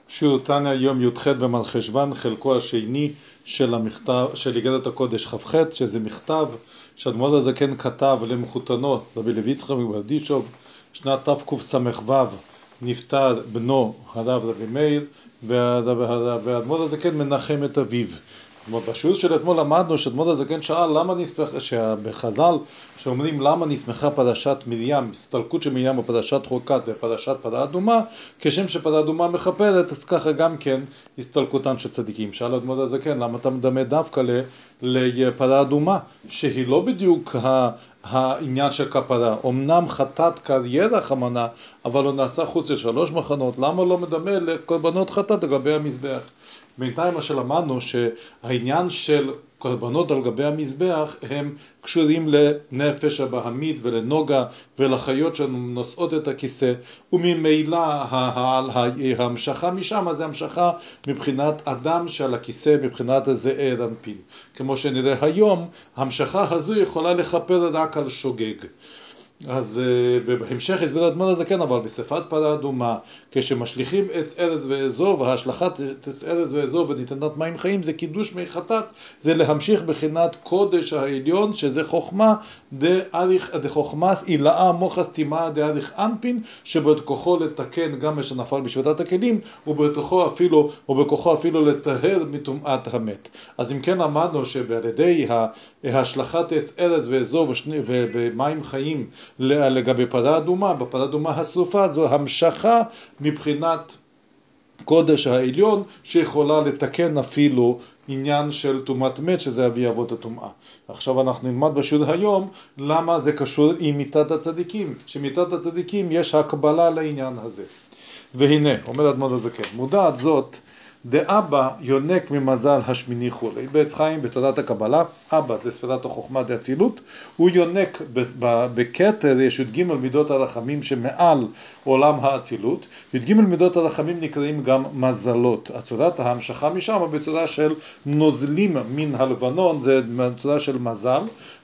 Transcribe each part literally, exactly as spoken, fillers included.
שיעור תניא יום י"ח במרחשוון, חלקו השני של המכתב של איגרת הקודש כ"ח, שזה מכתב שהאדמו"ר הזקן כתב למחותנו רבי לוי יצחק מברדיצ'ב. שנת תקס"ו נפטר בנו הרב רבי מאיר, והאדמו"ר הזקן מנחם את אביו. בשיעור של אתמול למדנו שאדמו"ר הזקן שאל למה נסמך, שבחז"ל שאומרים למה נסמכה פרשת מרים, הסתלקות של מרים בפרשת חוקת ופרשת פרה אדומה, כשם שפרה אדומה מכפרת, אז ככה גם כן הסתלקותן של צדיקים. שאל אדמו"ר הזקן למה אתה מדמה דווקא לפרה אדומה שהיא לא בדיוק העניין של כפרה, אמנם חטאת קריירה חמנה, אבל הוא נעשה חוץ לשלוש מחנות, למה לא מדמה לקורבנות חטאת לגבי המזבח? בינתיים מה שלמדנו שהעניין של קורבנות על גבי המזבח הם קשורים לנפש הבהמית ולנוגה ולחיות שנושאות את הכיסא, וממילא ההמשכה משם זה המשכה מבחינת אדם שעל הכיסא, מבחינת זעיר אנפין. כמו שנראה היום, המשכה הזו יכולה לכפר רק על שוגג. אז בהמשך הסביר אדמו"ר הזקן, אבל בשפת פרה אדומה, כשמשליכים עץ ארץ ואזור, והשלכת עץ ארץ ואזור וניתנת מים חיים, זה קידוש מי חטאת, זה להמשיך בחינת קודש העליון, שזה חוכמה דאריך, דחוכמה אילאה מוחס תימאה דאריך אנפין, שבתוכו לתקן גם מה שנפל בשביתת הכלים, ובתוכו אפילו, ובכוחו אפילו לטהר מטומאת המת. אז אם כן למדנו שעל ידי השלכת עץ ארץ ואזור ומים חיים לגבי פרה אדומה, בפרה אדומה השרופה זו המשכה מבחינת קודש העליון שיכולה לתקן אפילו עניין של טומאת מת, שזה אבי אבות הטומאה. עכשיו אנחנו נלמד בשיעור היום למה זה קשור עם מיתת הצדיקים, שמיתת הצדיקים יש הקבלה לעניין הזה. והנה, אומר אדמו"ר הזקן, מודעת זאת דאבא יונק ממזל השמיני חולי. בעץ חיים בתורת הקבלה, אבא זה ספירת החוכמה דאצילות, הוא יונק בכתר יש י"ג מידות הרחמים שמעל עולם האצילות. י"ג מידות הרחמים נקראים גם מזלות. הצורת ההמשכה משם בצורה של נוזלים מן הלבנון, זה בצורה של מזל,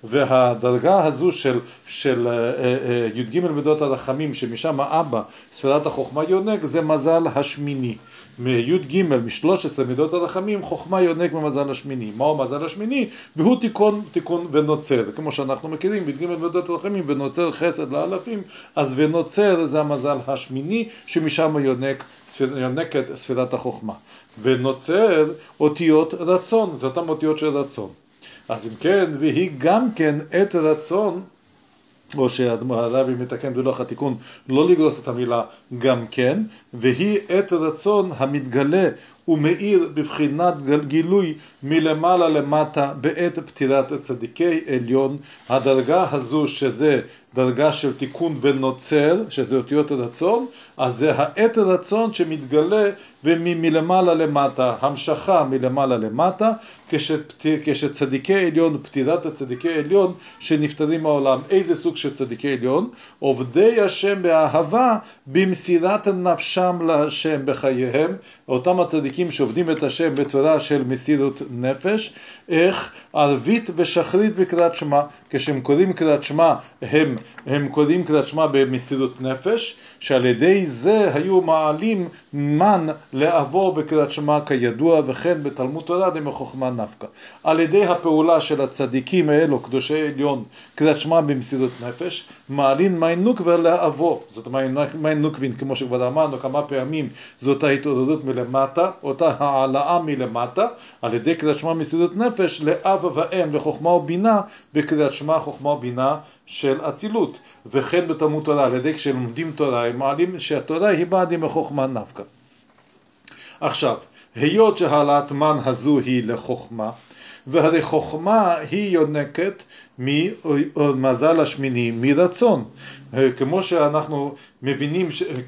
והדרגה הזו של, של י"ג מידות הרחמים שמשם אבא ספירת החוכמה יונק זה מזל השמיני. מי"ג משלוש עשרה מידות הרחמים חוכמה יונק ממזל השמיני. מהו מזל השמיני? והוא תיקון, תיקון ונוצר, כמו שאנחנו מכירים בי"ג מידות הרחמים ונוצר חסד לאלפים, אז ונוצר זה המזל השמיני שמשם יונק, יונקת ספירת החוכמה. ונוצר אותיות רצון, זה אותם אותיות של רצון. אז אם כן, והיא גם כן את רצון, או שהרבי מתקן בלוח התיקון לא לגרוס את המילה גם כן, והיא את רצון המתגלה ומאיר בבחינת גילוי מלמעלה למטה בעת פטירת צדיקי עליון. הדרגה הזו שזה דרגה של תיקון ונוצר, שזה אותיות רצון, אז זה העת רצון שמתגלה ומלמעלה למטה, המשכה מלמעלה למטה, כשצדיקי עליון, פטירת הצדיקי עליון שנפטרים מהעולם. איזה סוג של צדיקי עליון? עובדי השם באהבה במסירת נפשם להשם בחייהם, אותם הצדיקים שעובדים את השם בצורה של מסירות נפש. איך? ערבית ושחרית בקריאת שמע, כשהם קוראים קריאת שמע הם, הם קוראים קריאת שמע במסירות נפש, שעל ידי זה היו מעלים מן לעבור בקריאת שמע כידוע, וכן בתלמוד תורה דמחוכמה נפקא. על ידי הפעולה של הצדיקים האלו, קדושי עליון, קריאת שמע במסירות נפש, מעלים מים נוקבר לעבור. זאת אומרת, מים נוקבין, כמו שכבר אמרנו כמה פעמים, זאת ההתעוררות מלמטה, אותה העלאה מלמטה, על ידי קריאת שמע במסירות נפש, לאב ואם, לחוכמה ובינה, בקריאת שמע חוכמה ובינה של אצילות. וכן בתלמוד תורה, על ידי כשלומדים תורה, הם מעלים שהתורה היא באה דמחוכמה נפקא. עכשיו, היות שהעלאת מן הזו היא לחוכמה, והרי חוכמה היא יונקת ממזל השמיני, מרצון. כמו שאנחנו מבינים,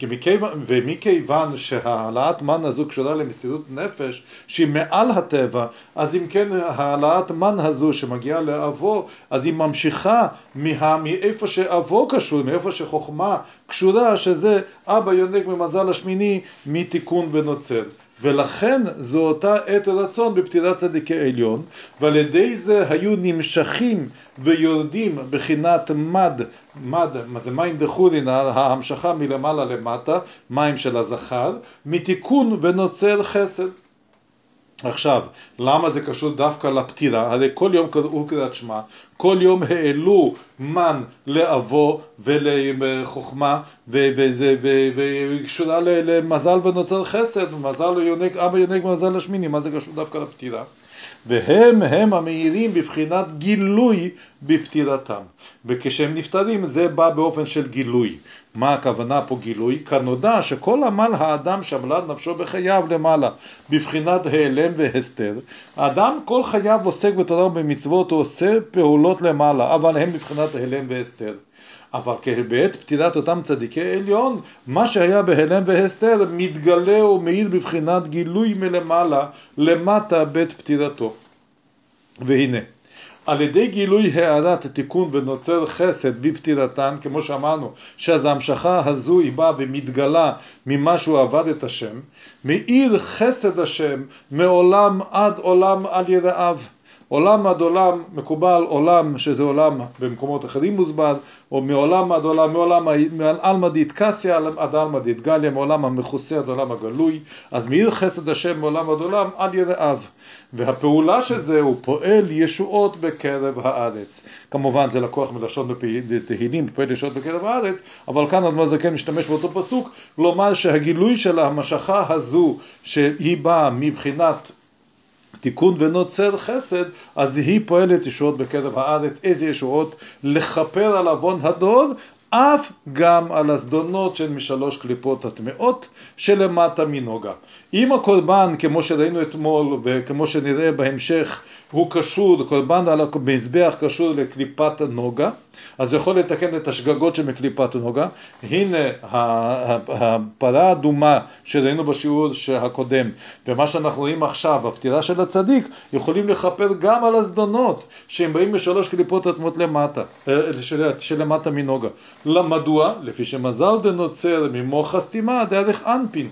ומכיוון שהעלאת מן הזו קשורה למסירות נפש שהיא מעל הטבע, אז אם כן העלאת מן הזו שמגיעה לאבו, אז היא ממשיכה מה, מאיפה שאבו קשור, מאיפה שחוכמה קשורה, שזה אבא יונק ממזל השמיני מתיקון ונוצר. ולכן זו אותה עת רצון בפטירת צדיקי עליון, ועל ידי זה היו נמשכים ויורדים בחינת מד, מד, מה זה מים דחולין, ההמשכה מלמעלה למטה, מים של הזכר, מתיקון ונוצר חסד. עכשיו, למה זה קשור דווקא לפטירה? הרי כל יום קראו קריאת שמע, כל יום העלו מן לאבו ולחוכמה, וקשורה למזל ונוצר חסד, מזל יונק, אבא יונק ומזל לשמיני, מה זה קשור דווקא לפטירה? והם הם המאירים בבחינת גילוי בפטירתם, וכשהם נפטרים זה בא באופן של גילוי. מה הכוונה פה גילוי? כנודע שכל עמל האדם שמלד נפשו בחייו למעלה בבחינת העלם והסתר. האדם כל חייו עוסק בתורה ובמצוות, הוא עושה פעולות למעלה, אבל הם בבחינת העלם והסתר. אבל בעת פטירת אותם צדיקי עליון, מה שהיה בהלם והסתר מתגלה ומאיר בבחינת גילוי מלמעלה למטה בעת פטירתו. והנה, על ידי גילוי הערת תיקון ונוצר חסד בפטירתן, כמו שאמרנו, שאז ההמשכה הזו היא באה ומתגלה ממה שהוא עבד את השם, מאיר חסד השם מעולם עד עולם על יראיו. עולם עד עולם מקובל עולם שזה עולם במקומות אחרים מוסבר, או מעולם עד עולם, מעולם עלמא דאיטקסיה עד עלמא דאיטגליה, מעולם המכוסה עד עולם הגלוי. אז מאיר חסד השם מעולם עד עולם על יראיו, והפעולה של זה הוא פועל ישועות בקרב הארץ. כמובן זה לקוח מלשון בתהילים, פועל ישועות בקרב הארץ, אבל כאן אדמו"ר הזקן משתמש באותו פסוק לומר שהגילוי של המשכה הזו שהיא באה מבחינת תיקון ונוצר חסד, אז היא פועלת ישועות בקרב הארץ. איזה ישועות? לכפר על עוון הדור, אף גם על הזדונות של משלוש קליפות הטמאות שלמטה מנוגה. אם הקורבן, כמו שראינו אתמול וכמו שנראה בהמשך, הוא קשור, קורבן על המזבח קשור לקליפת נוגה, אז יכול לתקן את השגגות שמקליפת נוגה. הנה הפרה האדומה שראינו בשיעור הקודם, ומה שאנחנו רואים עכשיו, הפטירה של הצדיק, יכולים לכפר גם על הזדונות שהם באים משלוש קליפות הטמאות למטה, שלמטה מנוגה. למדוע? לפי שמזל דנוצר ממוח הסתימה דרך אנפין.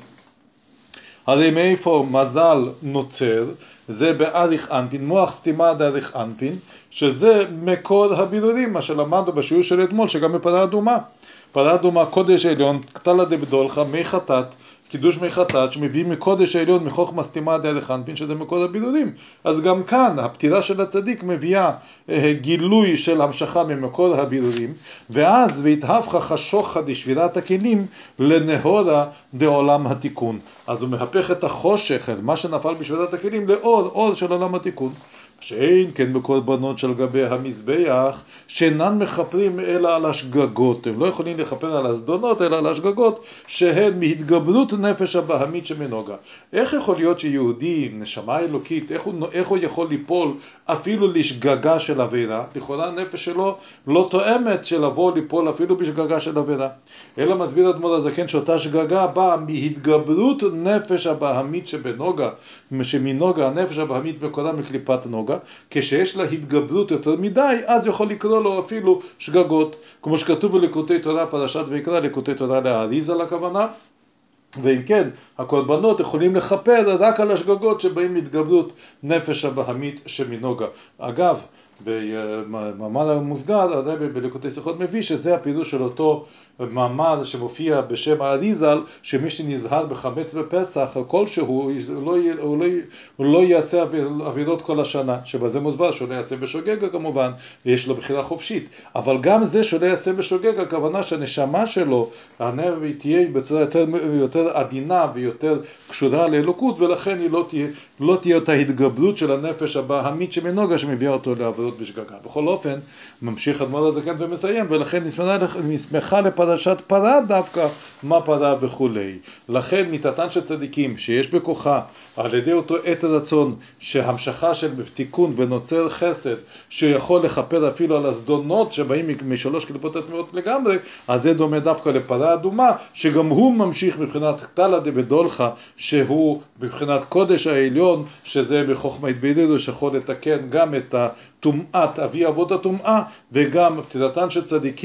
הרי מאיפה מזל נוצר? זה באריך אנפין, מוח סתימה דרך אנפין, שזה מקור הבירורים, מה שלמדנו בשיעור של אתמול, שגם בפרה אדומה. פרה אדומה, קודש עליון, קטלה דבדולחה, מי חטאת, קידוש מי חטאת, שמביאים מקודש העליון, מחוכמה סתימה דרך אנפין, שזה מקור הבירורים. אז גם כאן, הפטירה של הצדיק מביאה אה, גילוי של המשכה ממקור הבירורים, ואז והתהפכה חשוכה דשבירת הכלים לנהורה דעולם התיקון. אז הוא מהפך את החושך, את מה שנפל בשבירת הכלים, לאור, אור של עולם התיקון. שאין כן בקורבנות של גבי המזבח, שאינן מחפרים אלא על השגגות. הם לא יכולים לחפר על הזדונות אלא על השגגות, שהן מהתגברות נפש הבהמית שמנוגה. איך יכול להיות שיהודי, נשמה אלוקית, איך הוא, איך הוא יכול ליפול אפילו לשגגה של עבירה? לכאורה הנפש שלו לא תואמת של לבוא ליפול אפילו בשגגה של עבירה. אלא מסביר אדמו"ר הזקן שאותה שגגה באה מהתגברות נפש הבהמית שבנוגה, שמנוגה הנפש הבהמית מקורה מקליפת נוגה. כשיש לה התגברות יותר מדי, אז יכול לקרוא לו אפילו שגגות, כמו שכתוב בליקוטי תורה פרשת ויקרא, ליקוטי תורה לאריזה לכוונה. ואם כן, הקורבנות יכולים לכפר רק על השגגות שבאים מהתגברות נפש הבהמית שמנוגה. אגב, במאמר המוסגר, הרבי בליקוטי שיחות מביא שזה הפירוש של אותו מאמר שמופיע בשם האריזל, שמי שנזהר בחמץ בפסח כלשהו, הוא לא, הוא לא, הוא לא יעשה עבירות כל השנה, שבזה מוסבר שהוא לא יעשה בשוגג כמובן, ויש לו בחירה חופשית. אבל גם זה שהוא לא יעשה בשוגג, הכוונה שהנשמה שלו, הנפש תהיה בצורה יותר, יותר עדינה ויותר קשורה לאלוקות, ולכן היא לא תהיה, לא תהיה אותה התגברות של הנפש הבהמית שמנוגה שמביאה אותו לעבירות בשגגה. בכל אופן, ממשיך אדמו"ר הזקן ומסיים, ולכן נסמכה לפרשת פרה דווקא, מה פרה וכולי. לכן מיתתן של צדיקים שיש בכוחה על ידי אותו עת רצון שהמשכה של תיקון ונוצר חסד שיכול לכפר אפילו על הזדונות שבאים משלוש קליפות הטמאות לגמרי, אז זה דומה דווקא לפרה אדומה, שגם הוא ממשיך מבחינת קטלה דבדולחה, שהוא מבחינת קודש העליון, שזה בחוכמה התבהירו, שיכול לתקן גם את הטומאת אבי אבות הטומאה, וגם פטירתן של צדיקים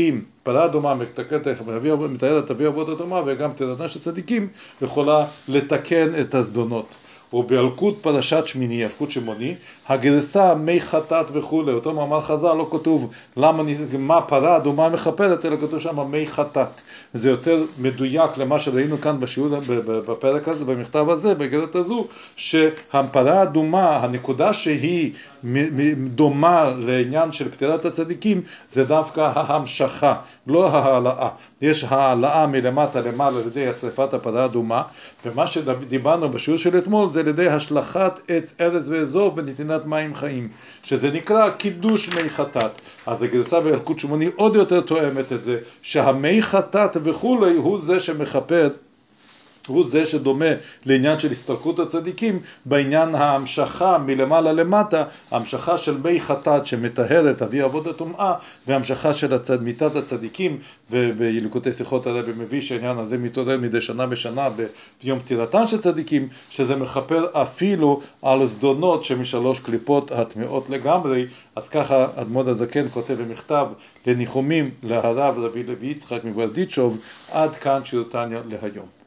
פרה אדומה מתארת אבי אבות אדומה, וגם פטירתן של צדיקים יכולה לתקן את הזדונות. ובילקוט פרשת שמיני, ילקוט שמוני, הגרסה מי חטאת וכו', אותו מאמר חז"ל לא כתוב למה, מה פרה אדומה מכפרת, אלא כתוב שם מי חטאת. זה יותר מדויק למה שראינו כאן בשיעור, בפרק הזה, במכתב הזה, בגדת הזו, שהפרה אדומה, הנקודה שהיא דומה לעניין של פטירת הצדיקים, זה דווקא ההמשכה, לא העלאה. יש העלאה מלמטה למעלה על ידי השרפת הפרה האדומה, ומה שדיברנו בשיעור של אתמול זה על ידי השלכת עץ ארז ואזוב ונתינת מים חיים, שזה נקרא קידוש מי חטאת. אז הגרסה בילקוט שמוני עוד יותר תואמת את זה, שהמי חטאת וכולי הוא זה שמכפר, הוא זה שדומה לעניין של הסתלקות הצדיקים בעניין ההמשכה מלמעלה למטה, ההמשכה של מי חטאת שמטהרת אבי אבות הטומאה, וההמשכה של הצד, מיתת הצדיקים, ובילקוטי שיחות הרבי מביא שהעניין הזה מתעורר מדי שנה בשנה ביום פטירתן של צדיקים, שזה מכפר אפילו על זדונות שמשלוש קליפות הטמאות לגמרי. אז ככה אדמו"ר הזקן כותב במכתב לניחומים להרב רבי לוי יצחק מברדיצ'וב. עד כאן שיעור תניא להיום.